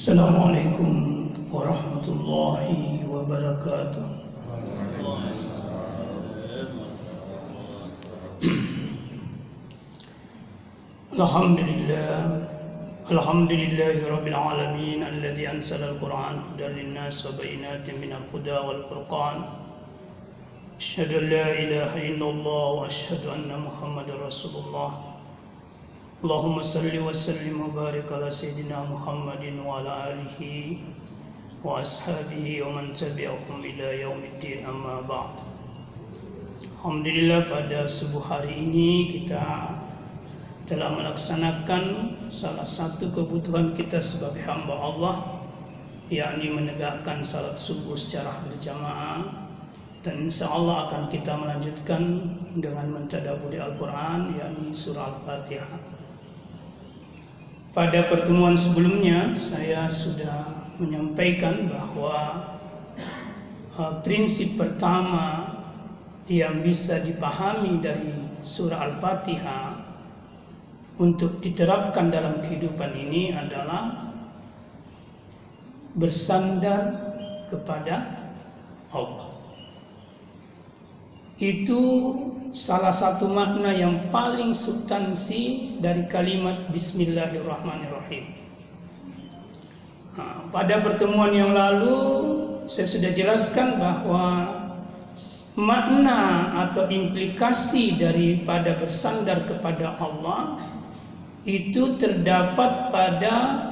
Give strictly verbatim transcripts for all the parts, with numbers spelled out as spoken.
Assalamualaikum warahmatullahi wabarakatuh. Alhamdulillah, alhamdulillahi rabbil alamin alladzi anzala al-Qur'an hudan lin-nas wa bayyinatin minal huda wal furqan. Asyhadu an la ilaha illallah wa asyhadu anna Muhammadar Rasulullah. Allahumma salli wa sallim wa barik ala sayyidina Muhammadin wa ala alihi wa ashabihi wa man tabi'ahum ila yaumiddin, amma ba'd. Alhamdulillah, pada subuh hari ini kita telah melaksanakan salah satu kebutuhan kita sebagai hamba Allah, yakni menegakkan salat subuh secara berjamaah. Dan insya Allah akan kita melanjutkan dengan mentadabburi Al-Quran, yakni surah Al-Fatihah. Pada pertemuan sebelumnya saya sudah menyampaikan bahwa uh, prinsip pertama yang bisa dipahami dari surah Al-Fatihah untuk diterapkan dalam kehidupan ini adalah bersandar kepada Allah. Itu salah satu makna yang paling substansi dari kalimat Bismillahirrahmanirrahim. Nah, pada pertemuan yang lalu saya sudah jelaskan bahwa makna atau implikasi daripada bersandar kepada Allah itu terdapat pada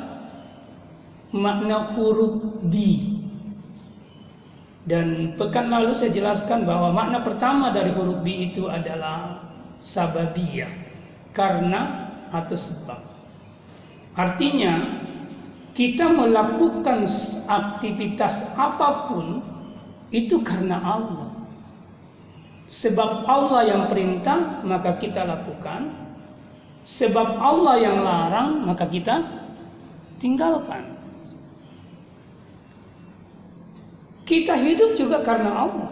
makna huruf B. Dan pekan lalu saya jelaskan bahwa makna pertama dari huruf B itu adalah sababiyah, karena atau sebab. Artinya kita melakukan aktivitas apapun itu karena Allah. Sebab Allah yang perintah maka kita lakukan, sebab Allah yang larang maka kita tinggalkan. Kita hidup juga karena Allah.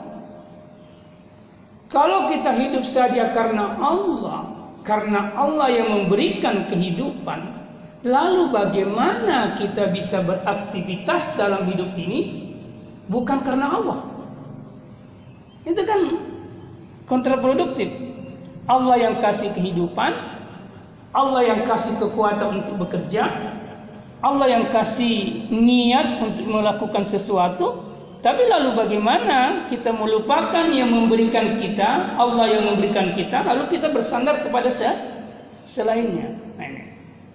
Kalau kita hidup saja karena Allah, karena Allah yang memberikan kehidupan, lalu bagaimana kita bisa beraktivitas dalam hidup ini bukan karena Allah? Itu kan kontraproduktif. Allah yang kasih kehidupan, Allah yang kasih kekuatan untuk bekerja, Allah yang kasih niat untuk melakukan sesuatu. Tapi lalu bagaimana kita melupakan yang memberikan kita, Allah yang memberikan kita, lalu kita bersandar kepada selainnya. Nah, ini.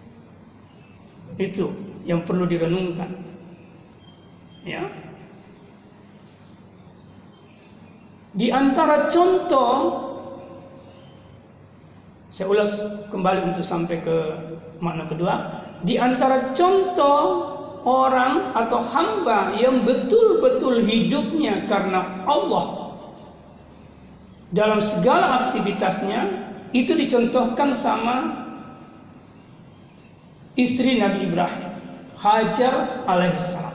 Itu yang perlu direnungkan. Ya. Di antara contoh, saya ulas kembali untuk sampai ke makna kedua. Di antara contoh orang atau hamba yang betul-betul hidupnya karena Allah dalam segala aktivitasnya, itu dicontohkan sama istri Nabi Ibrahim, Hajar alaihissalam.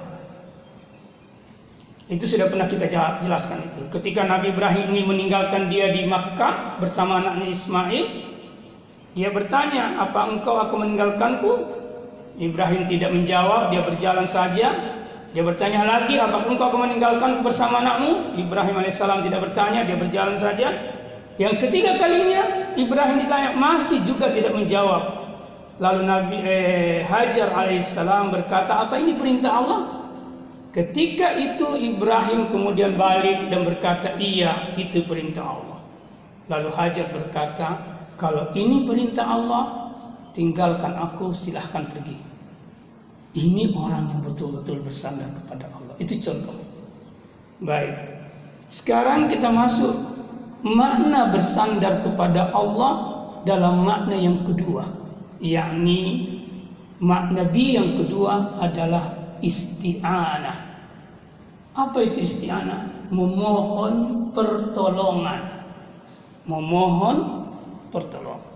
Itu sudah pernah kita jelaskan itu. Ketika Nabi Ibrahim ingin meninggalkan dia di Makkah bersama anaknya Ismail, dia bertanya, "Apa engkau akan meninggalkanku?" Ibrahim tidak menjawab, dia berjalan saja. Dia bertanya lagi, "Apakah engkau akan meninggalkan bersama anakmu?" Ibrahim alaihissalam tidak bertanya, dia berjalan saja. Yang ketiga kalinya Ibrahim ditanya, masih juga tidak menjawab. Lalu Nabi eh, Hajar alaihissalam berkata, "Apa ini perintah Allah?" Ketika itu Ibrahim kemudian balik dan berkata, "Iya, itu perintah Allah." Lalu Hajar berkata, "Kalau ini perintah Allah, tinggalkan aku, silahkan pergi." Ini orang yang betul-betul bersandar kepada Allah. Itu contoh. Baik. Sekarang kita masuk makna bersandar kepada Allah dalam makna yang kedua, yakni makna B yang kedua adalah isti'anah. Apa itu isti'anah? Memohon pertolongan. Memohon pertolongan.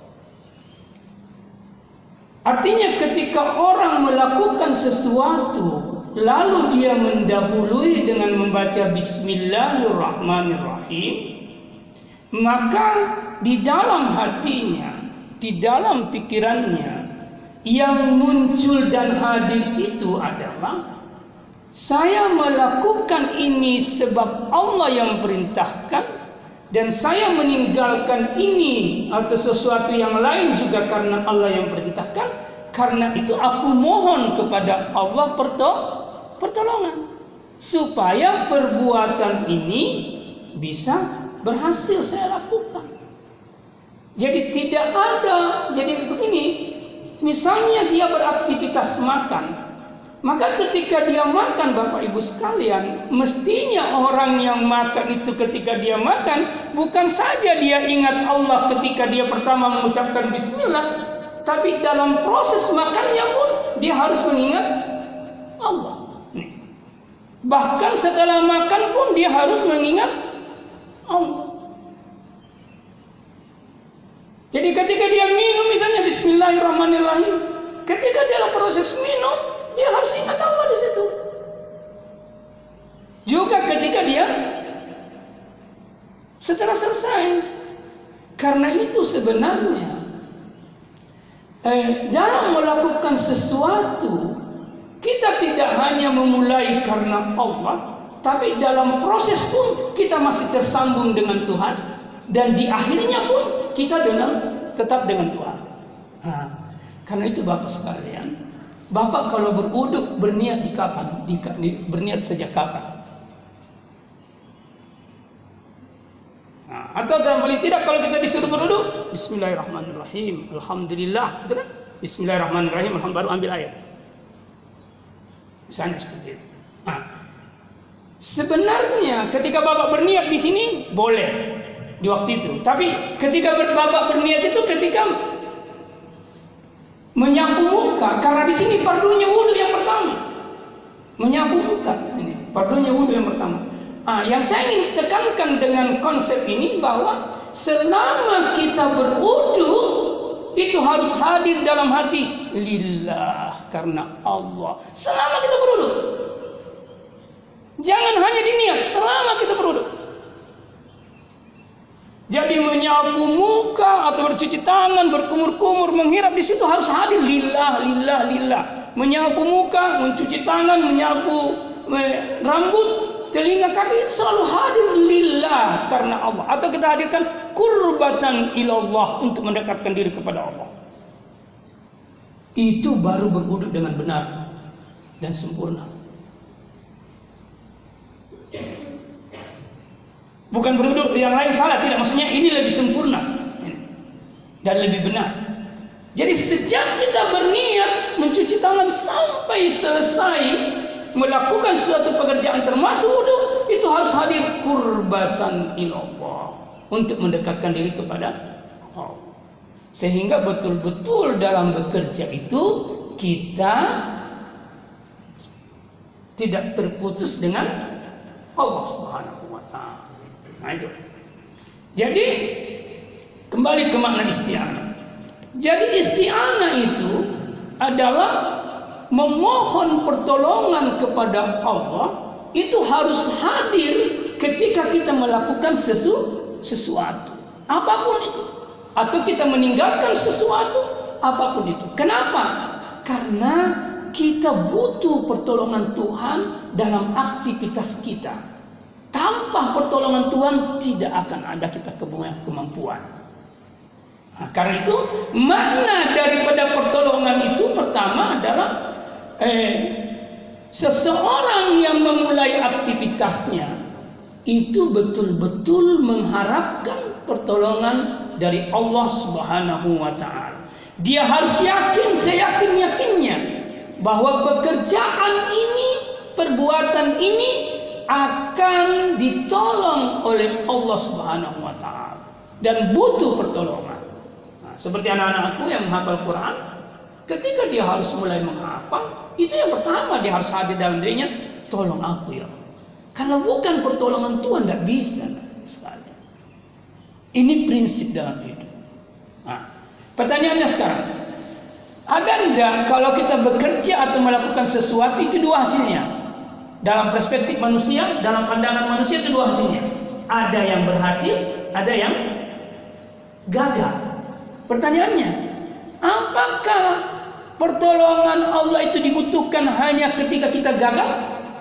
Artinya ketika orang melakukan sesuatu lalu dia mendahului dengan membaca Bismillahirrahmanirrahim, maka di dalam hatinya, di dalam pikirannya, Yang muncul dan hadir itu adalah saya melakukan ini sebab Allah yang perintahkan, dan saya meninggalkan ini atau sesuatu yang lain juga karena Allah yang perintahkan. Karena itu aku mohon kepada Allah pertolongan supaya perbuatan ini bisa berhasil saya lakukan. Jadi tidak ada, jadi begini, misalnya dia beraktivitas makan, maka ketika dia makan, Bapak Ibu sekalian, mestinya orang yang makan itu ketika dia makan, bukan saja dia ingat Allah ketika dia pertama mengucapkan bismillah, tapi dalam proses makannya pun dia harus mengingat Allah. Bahkan setelah makan pun dia harus mengingat Allah. Jadi ketika dia minum misalnya bismillahirrahmanirrahim, ketika dalam proses minum dia harus ingat Allah di situ. Juga ketika dia setelah selesai. Karena itu sebenarnya eh, dalam melakukan sesuatu kita tidak hanya memulai karena Allah, tapi dalam proses pun kita masih tersambung dengan Tuhan, dan di akhirnya pun kita dengan tetap dengan Tuhan. Nah, karena itu Bapak sekalian, Bapak kalau berwudu berniat di kapan? Di, di, berniat sejak kapan? Nah, atau dalam paling tidak kalau kita disuruh berwudu, bismillahirrahmanirrahim, alhamdulillah, gitu kan? Bismillahirrahmanirrahim, alhamdulillah, baru ambil air. Misalnya seperti itu. Nah, sebenarnya ketika Bapak berniat di sini boleh di waktu itu. Tapi ketika Bapak berniat itu ketika menyapu muka, karena di sini fardunya wudu yang pertama. Menyapu muka ini fardunya wudu yang pertama. Ah, yang saya ingin tekankan dengan konsep ini bahwa selama kita berwudu itu harus hadir dalam hati lillah, karena Allah. Selama kita berwudu. Jangan hanya diniat selama kita berwudu. Jadi menyapu muka atau bercuci tangan, berkumur-kumur, menghirap di situ harus hadir lillah, lillah, lillah. Menyapu muka, mencuci tangan, menyapu eh, rambut, telinga, kaki itu selalu hadir lillah karena Allah. Atau kita hadirkan qurbatan ilallah untuk mendekatkan diri kepada Allah. Itu baru berwudu dengan benar dan sempurna. Bukan berwudu yang lain salah, tidak. Maksudnya ini lebih sempurna dan lebih benar. Jadi sejak kita berniat mencuci tangan sampai selesai melakukan suatu pekerjaan termasuk wudu, itu harus hadir qurbatan ilallah untuk mendekatkan diri kepada Allah. Sehingga betul-betul dalam bekerja itu kita tidak terputus dengan Allah Subhanahu wa taala. Nah itu. Jadi kembali ke makna isti'anah. Jadi isti'anah itu adalah memohon pertolongan kepada Allah, itu harus hadir ketika kita melakukan sesu, sesuatu, apapun itu, atau kita meninggalkan sesuatu, apapun itu. Kenapa? Karena kita butuh pertolongan Tuhan dalam aktivitas kita. Tanpa pertolongan Tuhan tidak akan ada kita kemampuan. Nah, karena itu makna daripada pertolongan itu pertama adalah eh, seseorang yang memulai aktivitasnya itu betul-betul mengharapkan pertolongan dari Allah Subhanahu wa taala. Dia harus yakin, seyakin-yakinnya bahwa pekerjaan ini, perbuatan ini akan ditolong oleh Allah Subhanahu wa taala dan butuh pertolongan. Nah, seperti anak-anakku yang menghafal Quran, ketika dia harus mulai menghafal, itu yang pertama dia harus hadir dalam dirinya, tolong aku ya. Karena bukan pertolongan Tuhan tidak bisa sekali. Ini prinsip dalam hidup. Nah, pertanyaannya sekarang, ada enggak kalau kita bekerja atau melakukan sesuatu itu dua hasilnya? Dalam perspektif manusia, dalam pandangan manusia itu dua hasilnya. Ada yang berhasil, ada yang gagal. Pertanyaannya, apakah pertolongan Allah itu dibutuhkan hanya ketika kita gagal?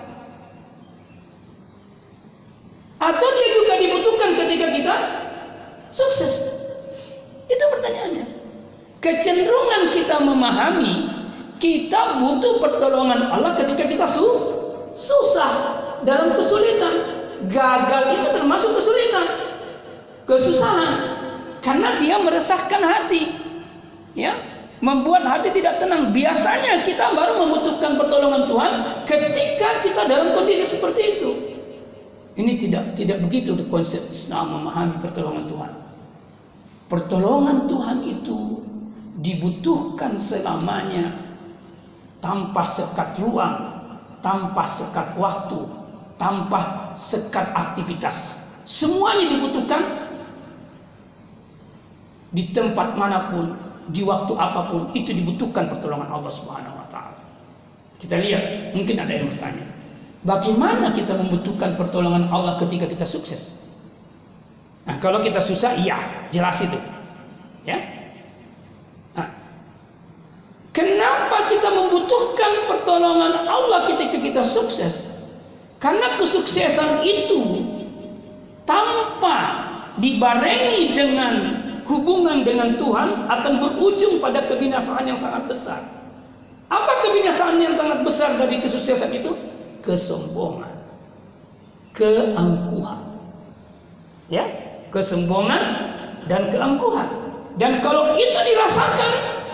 Atau dia juga dibutuhkan ketika kita sukses? Itu pertanyaannya. Kecenderungan kita memahami kita butuh pertolongan Allah ketika kita su susah, dalam kesulitan. Gagal itu termasuk kesulitan, kesusahan, karena dia meresahkan hati, ya, membuat hati tidak tenang. Biasanya kita baru membutuhkan pertolongan Tuhan ketika kita dalam kondisi seperti itu. Ini tidak tidak begitu konsep Islam memahami pertolongan Tuhan. Pertolongan Tuhan itu dibutuhkan selamanya, tanpa sekat ruang, tanpa sekat waktu, tanpa sekat aktivitas. Semuanya dibutuhkan di tempat manapun, di waktu apapun, itu dibutuhkan pertolongan Allah Subhanahu wa taala. Kita lihat, mungkin ada yang bertanya, bagaimana kita membutuhkan pertolongan Allah ketika kita sukses? Nah, kalau kita susah, iya, jelas itu. Ya. Nah, kenapa kita membutuhkan pertolongan Allah ketika kita sukses? Karena kesuksesan itu tanpa dibarengi dengan hubungan dengan Tuhan akan berujung pada kebinasaan yang sangat besar. Apa kebinasaan yang sangat besar dari kesuksesan itu? Kesombongan, keangkuhan, ya, kesombongan dan keangkuhan. Dan kalau itu dirasakan,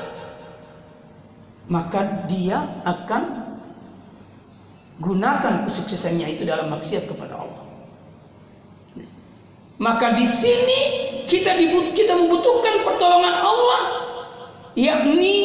maka dia akan gunakan kesuksesannya itu dalam maksiat kepada Allah. Maka di sini kita dibut, kita membutuhkan pertolongan Allah, yakni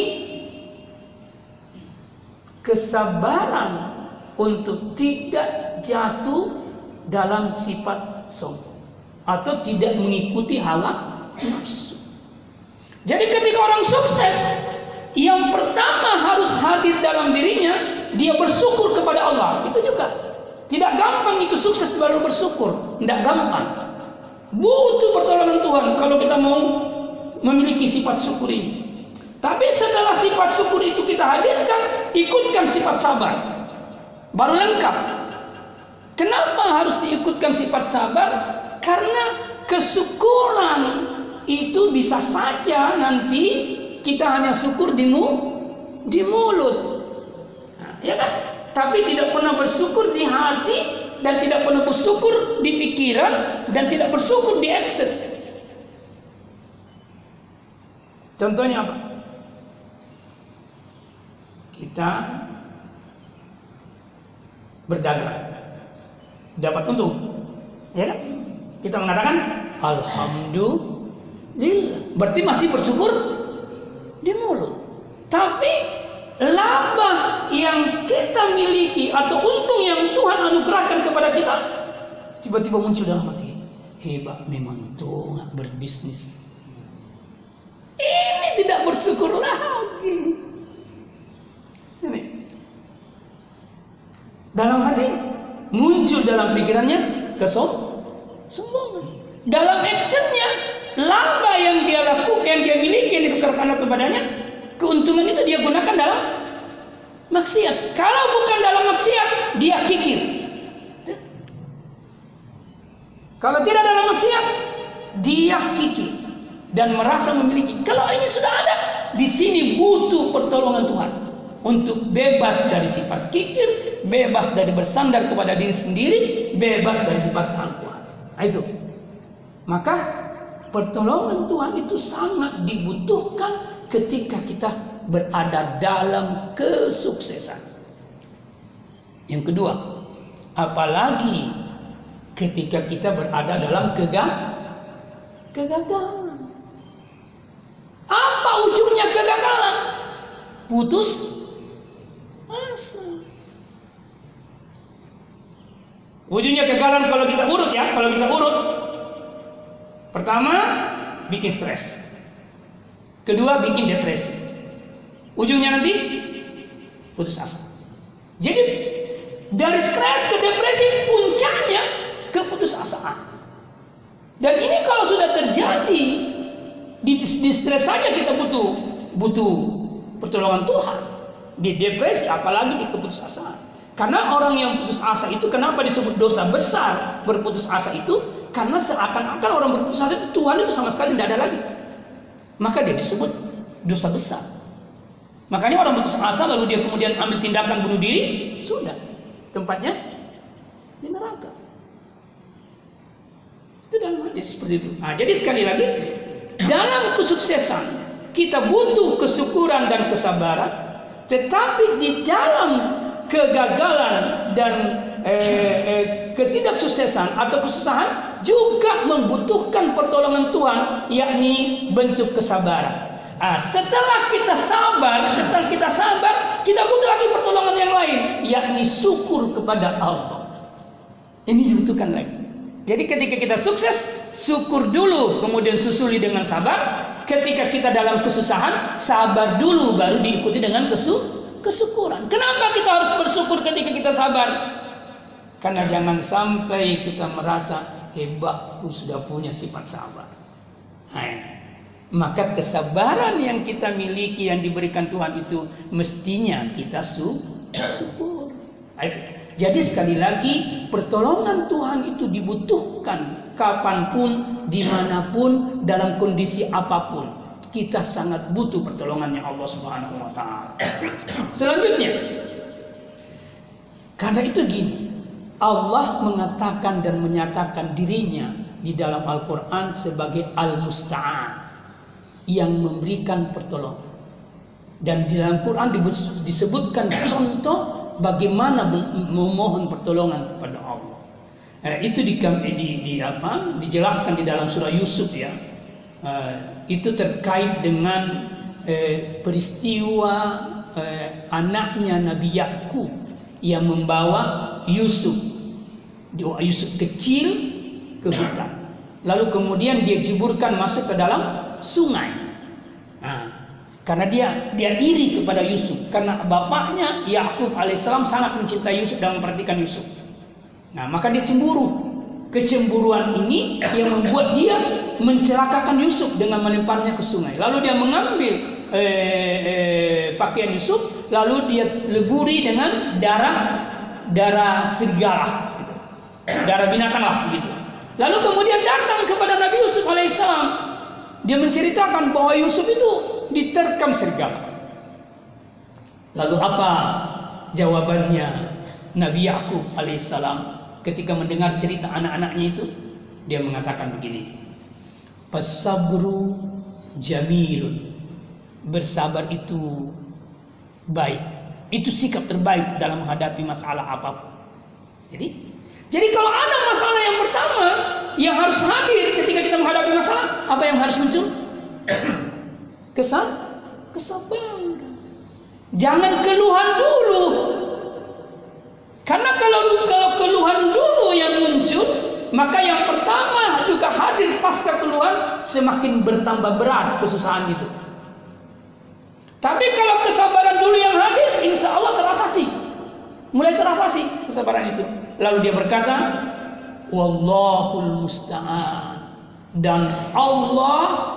kesabaran untuk tidak jatuh dalam sifat sombong atau tidak mengikuti hawa nafsu. Jadi ketika orang sukses, yang pertama harus hadir dalam dirinya, dia bersyukur kepada Allah. Itu juga tidak gampang itu sukses baru bersyukur, tidak gampang. Butuh pertolongan Tuhan kalau kita mau memiliki sifat syukur ini. Tapi setelah sifat syukur itu kita hadirkan, ikutkan sifat sabar, baru lengkap. Kenapa harus diikutkan sifat sabar? Karena kesyukuran itu bisa saja nanti kita hanya syukur di, mu, di mulut, nah, ya kan? Tapi tidak pernah bersyukur di hati, dan tidak pernah bersyukur di pikiran, dan tidak bersyukur di action. Contohnya apa? Kita berdagang, dapat untung, ya kan? Kita mengatakan alhamdulillah, berarti masih bersyukur di mulut. Tapi laba yang kita miliki atau untung yang Tuhan anugerahkan kepada kita tiba-tiba muncul dalam hati, hebat memang tuh berbisnis. Ini tidak bersyukur lagi. Ini dalam hati muncul dalam pikirannya kesombongan. Dalam actionnya, laba yang dia lakukan, dia miliki, yang ditukarkan kepadanya, keuntungan itu dia gunakan dalam maksiat. Kalau bukan dalam maksiat, dia kikir. Kalau tidak dalam maksiat, dia kikir dan merasa memiliki. Kalau ini sudah ada, di sini butuh pertolongan Tuhan untuk bebas dari sifat kikir, bebas dari bersandar kepada diri sendiri, bebas dari sifat keangkuhan. Nah, itu. Maka pertolongan Tuhan itu sangat dibutuhkan ketika kita berada dalam kesuksesan. Yang kedua, apalagi ketika kita berada dalam kega- kegagalan. Apa ujungnya kegagalan? Putus asa. Ujungnya kegagalan kalau kita urut ya, kalau kita urut. Pertama, bikin stres. Kedua, bikin depresi. Ujungnya nanti putus asa. Jadi dari stres ke depresi, puncaknya keputusasaan. Dan ini kalau sudah terjadi, di, di stres saja kita butuh butuh pertolongan Tuhan. Di depresi, apalagi di keputusasaan. Karena orang yang putus asa itu, kenapa disebut dosa besar berputus asa itu? Karena seakan-akan orang berputus asa itu Tuhan itu sama sekali tidak ada lagi. Maka dia disebut dosa besar. Makanya orang putus asa lalu dia kemudian ambil tindakan bunuh diri, sudah tempatnya di neraka. Itu dalam hadis seperti itu. Nah, jadi sekali lagi, dalam kesuksesan kita butuh kesyukuran dan kesabaran, tetapi di dalam kegagalan dan eh, eh, ketidaksuksesan atau kesusahan juga membutuhkan pertolongan Tuhan, yakni bentuk kesabaran. Ah, setelah kita sabar, setelah kita sabar, kita butuh lagi pertolongan yang lain, yakni syukur kepada Allah. Ini dibutuhkan lagi. Jadi ketika kita sukses, syukur dulu, kemudian susuli dengan sabar. Ketika kita dalam kesusahan, sabar dulu, baru diikuti dengan kesu kesyukuran. Kenapa kita harus bersyukur ketika kita sabar? Karena jangan sampai kita merasa hebat, aku sudah punya sifat sabar. Nah, maka kesabaran yang kita miliki, yang diberikan Tuhan itu mestinya kita syukur. Nah, itu. Jadi sekali lagi, pertolongan Tuhan itu dibutuhkan kapanpun, dimanapun, dalam kondisi apapun. Kita sangat butuh pertolongannya Allah Subhanahu Wa Taala. Selanjutnya, karena itu gini, Allah mengatakan dan menyatakan dirinya di dalam Al-Quran sebagai Al-Musta'an, yang memberikan pertolongan. Dan di dalam Quran disebutkan contoh bagaimana memohon pertolongan kepada Allah. Eh, itu di, di, di apa? Dijelaskan di dalam surah Yusuf ya. Eh, itu terkait dengan eh, peristiwa eh, anaknya Nabi Yakub yang membawa Yusuf, Yusuf kecil ke hutan. Lalu kemudian dia jeburkan masuk ke dalam sungai. Nah, karena dia dia iri kepada Yusuf, karena bapaknya Yakub alaihissalam sangat mencintai Yusuf dan memperhatikan Yusuf. Nah, maka dia cemburu. Kecemburuan ini yang membuat dia mencelakakan Yusuf dengan melemparnya ke sungai. Lalu dia mengambil eh, eh, pakaian Yusuf, lalu dia leburi dengan darah darah serigala, gitu. Darah binatang lah, begitu. Lalu kemudian datang kepada Nabi Yusuf alaihissalam. Dia menceritakan bahwa Yusuf itu diterkam serigala. Lalu apa jawabannya Nabi Yakub alaihissalam ketika mendengar cerita anak-anaknya itu? Dia mengatakan begini, "Fasabru jamilun." Bersabar itu baik. Itu sikap terbaik dalam menghadapi masalah apapun. Jadi, jadi kalau ada masalah yang pertama yang harus hadir ketika kita menghadapi masalah, apa yang harus muncul? Kesal, kesabaran. Jangan keluhan dulu. Karena kalau kalau keluhan dulu yang muncul, maka yang pertama juga hadir pasca keluhan, semakin bertambah berat kesusahan itu. Tapi kalau kesabaran dulu yang hadir, insya Allah teratasi. Mulai teratasi kesabaran itu. Lalu dia berkata, Wallahul musta'an. Dan Allah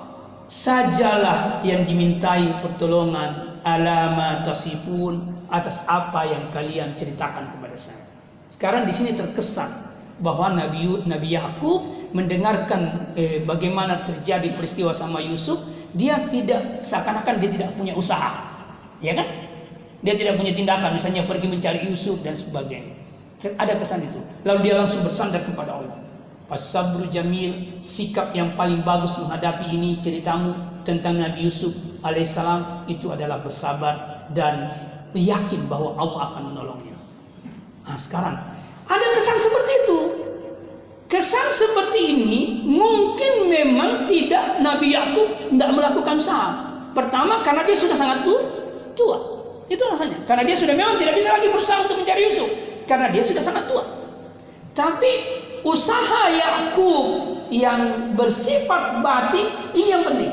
sajalah yang dimintai pertolongan, alama tasifun, atas apa yang kalian ceritakan kepada saya. Sekarang di sini terkesan bahwa Nabi Nabi Yakub mendengarkan eh, bagaimana terjadi peristiwa sama Yusuf, dia tidak, seakan-akan dia tidak punya usaha, ya kan? Dia tidak punya tindakan, misalnya pergi mencari Yusuf dan sebagainya. Ada kesan itu. Lalu dia langsung bersandar kepada Allah. As-sabru jamil, sikap yang paling bagus menghadapi ini ceritamu tentang Nabi Yusuf alaihissalam itu adalah bersabar dan yakin bahwa Allah akan menolongnya. Nah, sekarang ada kesan seperti itu. Kesan seperti ini mungkin memang tidak Nabi Yakub tidak melakukan usaha. Pertama karena dia sudah sangat tua. Itu rasanya. Karena dia sudah memang tidak bisa lagi berusaha untuk mencari Yusuf. Karena dia sudah sangat tua. Tapi usaha Yakub yang bersifat batin ini yang penting.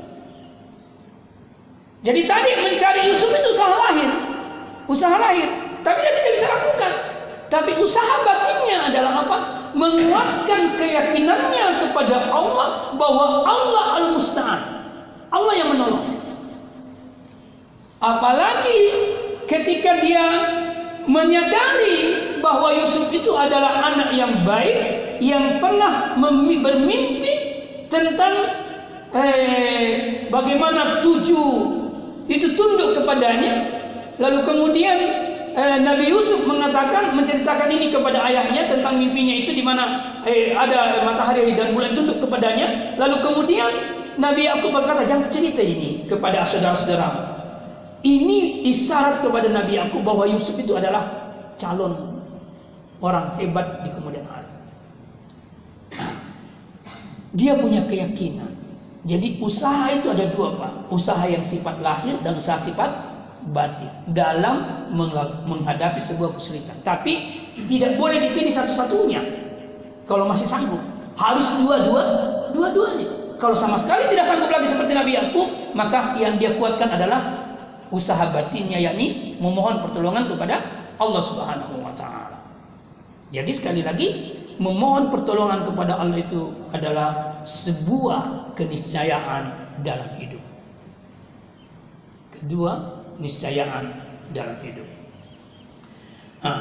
Jadi tadi mencari Yusuf itu usaha lahir. Usaha lahir. Tapi dia tidak bisa lakukan. Tapi usaha batinnya adalah apa? Menguatkan keyakinannya kepada Allah bahwa Allah Al-Musta'an. Allah yang menolong. Apalagi ketika dia menyadari bahwa Yusuf itu adalah anak yang baik, yang pernah bermimpi tentang eh, bagaimana tujuh itu tunduk kepadanya. Lalu kemudian eh, Nabi Yusuf mengatakan, menceritakan ini kepada ayahnya tentang mimpinya itu, di mana eh, ada matahari dan bulan tunduk kepadanya. Lalu kemudian Nabi Yakub berkata, jangan cerita ini kepada saudara-saudara. Ini isyarat kepada Nabi Yakub bahwa Yusuf itu adalah calon orang hebat di kemudian hari. Dia punya keyakinan. Jadi usaha itu ada dua, Pak. Usaha yang sifat lahir dan usaha sifat batin dalam menghadapi sebuah kesulitan. Tapi tidak boleh dipilih satu-satunya. Kalau masih sanggup, harus dua-dua, dua-duanya. Kalau sama sekali tidak sanggup lagi seperti Nabi Yakub, maka yang dia kuatkan adalah usaha batinnya, yakni memohon pertolongan kepada Allah Subhanahu wa taala. Jadi sekali lagi, memohon pertolongan kepada Allah itu adalah sebuah keniscayaan dalam hidup. Kedua, niscayaan dalam hidup. Nah,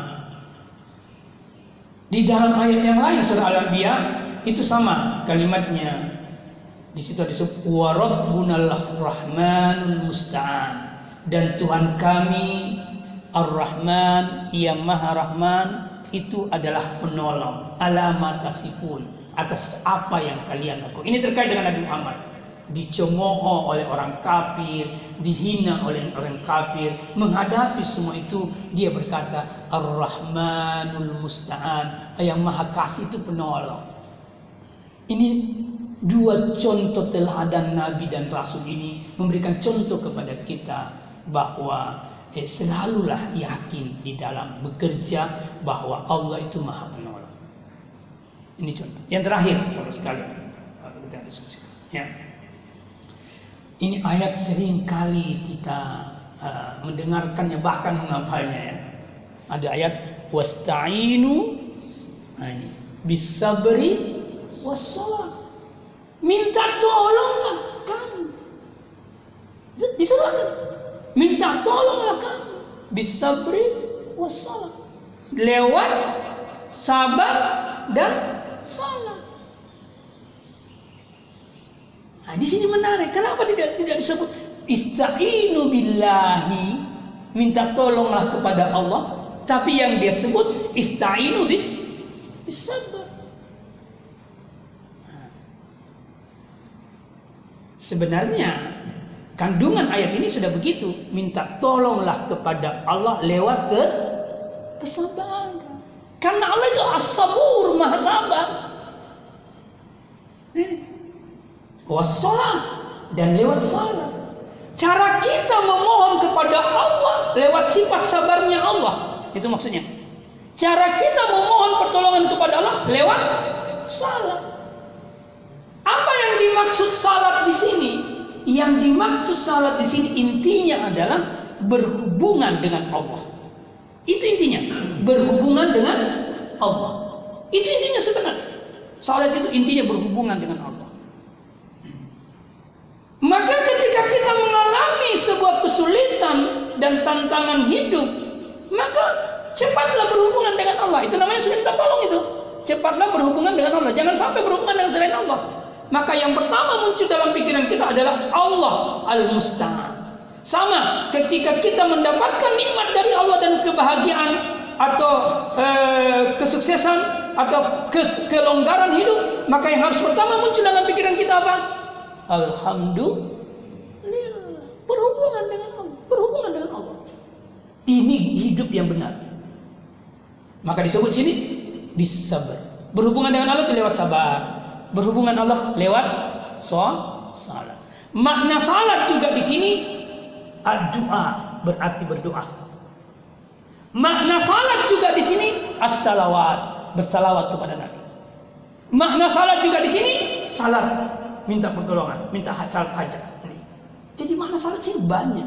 di dalam ayat yang lain surah Al-Anbiya itu sama kalimatnya. Di situ disebut wa rabbunal rahmanul musta'an, dan Tuhan kami Ar-Rahman yang Maha Rahman itu adalah penolong, alamat tasifun, atas apa yang kalian lakukan. Ini terkait dengan Nabi Muhammad, dicemooh oleh orang kafir, dihina oleh orang kafir. Menghadapi semua itu, dia berkata Ar-Rahmanul Musta'an, yang Maha Kasih itu penolong. Ini dua contoh teladan Nabi dan Rasul ini memberikan contoh kepada kita bahwa eh, selalulah yakin di dalam bekerja bahwa Allah itu Maha Penolong. Ini contoh. Yang terakhir, Bapak sekalian, kita diskusi. Ya. Ini ayat sering kali kita uh, mendengarkannya, bahkan menghafalnya. Ya. Ada ayat wasta'inu, nah ini, bisabri wassalam. Minta tolonglah kamu. Disuruh minta tolonglah kamu bisabri wassalam, lewat sabar dan salam. Nah, di sini menarik. Kenapa tidak tidak disebut ista'inu billahi, minta tolonglah kepada Allah, tapi yang dia sebut ista'inu bis bisabar. Sebenarnya kandungan ayat ini sudah begitu, minta tolonglah kepada Allah lewat ke kesabaran. Karena Allah itu as-sabur, Maha sabar. Wassalam, dan lewat salam. Cara kita memohon kepada Allah lewat sifat sabarnya Allah. Itu maksudnya. Cara kita memohon pertolongan kepada Allah lewat salam. Apa yang dimaksud salat di sini? Yang dimaksud salat di sini intinya adalah berhubungan dengan Allah. Itu intinya, berhubungan dengan Allah. Itu intinya sebenarnya. Salat itu intinya berhubungan dengan Allah. Maka ketika kita mengalami sebuah kesulitan dan tantangan hidup, maka cepatlah berhubungan dengan Allah. Itu namanya minta tolong itu. Cepatlah berhubungan dengan Allah. Jangan sampai berhubungan dengan selain Allah. Maka yang pertama muncul dalam pikiran kita adalah Allah Al-Musta'an. Sama ketika kita mendapatkan nikmat dari Allah dan kebahagiaan atau eh, kesuksesan atau kes kelonggaran hidup, maka yang harus pertama muncul dalam pikiran kita apa? Alhamdulillah. Berhubungan dengan Allah. Berhubungan dengan Allah. Ini hidup yang benar. Maka disebut sini bisabar. Berhubungan dengan Allah itu lewat sabar. Berhubungan Allah lewat salat. Makna salat juga di sini doa, berarti berdoa. Makna salat juga di sini as-salawat, bersalawat kepada Nabi. Makna salat juga di sini salat, minta pertolongan, minta salat hajat. Jadi makna salat sih banyak.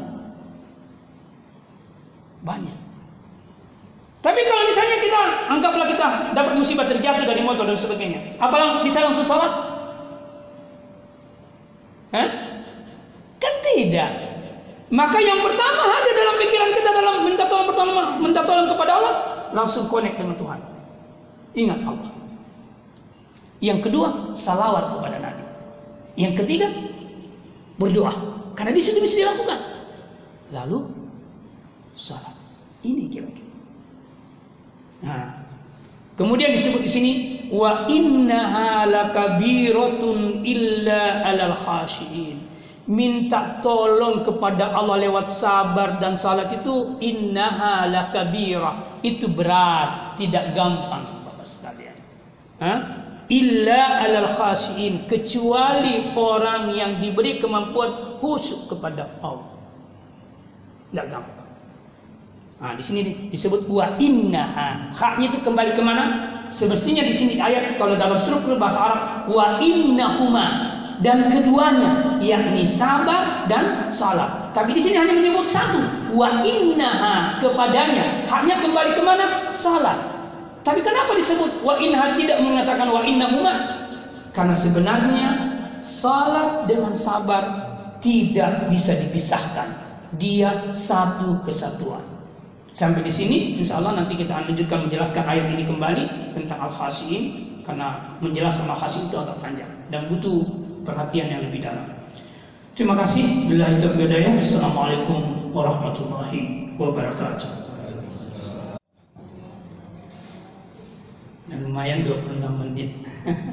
Banyak. Tapi kalau misalnya kita, anggaplah kita dapat musibah, terjatuh dari motor dan sebagainya, apa bisa langsung sholat? Hah? Kan tidak. Maka yang pertama ada dalam pikiran kita dalam minta tolong pertama, minta tolong kepada Allah, langsung connect dengan Tuhan. Ingat Allah. Yang kedua, salawat kepada Nabi. Yang ketiga, berdoa. Karena di situ bisa dilakukan. Lalu salat. Ini kira-kira. Nah, kemudian disebut di sini wa innaha lakabiratun illa alal khashiin. Minta tolong kepada Allah lewat sabar dan salat itu innaha lakabirah. Itu berat, tidak gampang Bapak sekalian. Hah? Illa alal khashiin, kecuali orang yang diberi kemampuan khusyuk kepada Allah. Tidak gampang. Nah, di sini disebut wa innaha. Haknya itu kembali ke mana? Semestinya di sini ayat kalau dalam struktur bahasa Arab wa innahuma, dan keduanya yakni sabar dan salat. Tapi di sini hanya menyebut satu, wa innaha, kepadanya. Haknya kembali ke mana? Salat. Tapi kenapa disebut wa innaha, tidak mengatakan wa innahuma? Karena sebenarnya salat dengan sabar tidak bisa dipisahkan. Dia satu kesatuan. Sampai di sini, insya Allah nanti kita akan lanjutkan menjelaskan ayat ini kembali tentang al-khashiin, karena menjelaskan al-khashiin itu agak panjang dan butuh perhatian yang lebih dalam. Terima kasih. Billahi taufiq wal hidayah. Assalamualaikum warahmatullahi wabarakatuh. Dan lumayan dua puluh enam menit.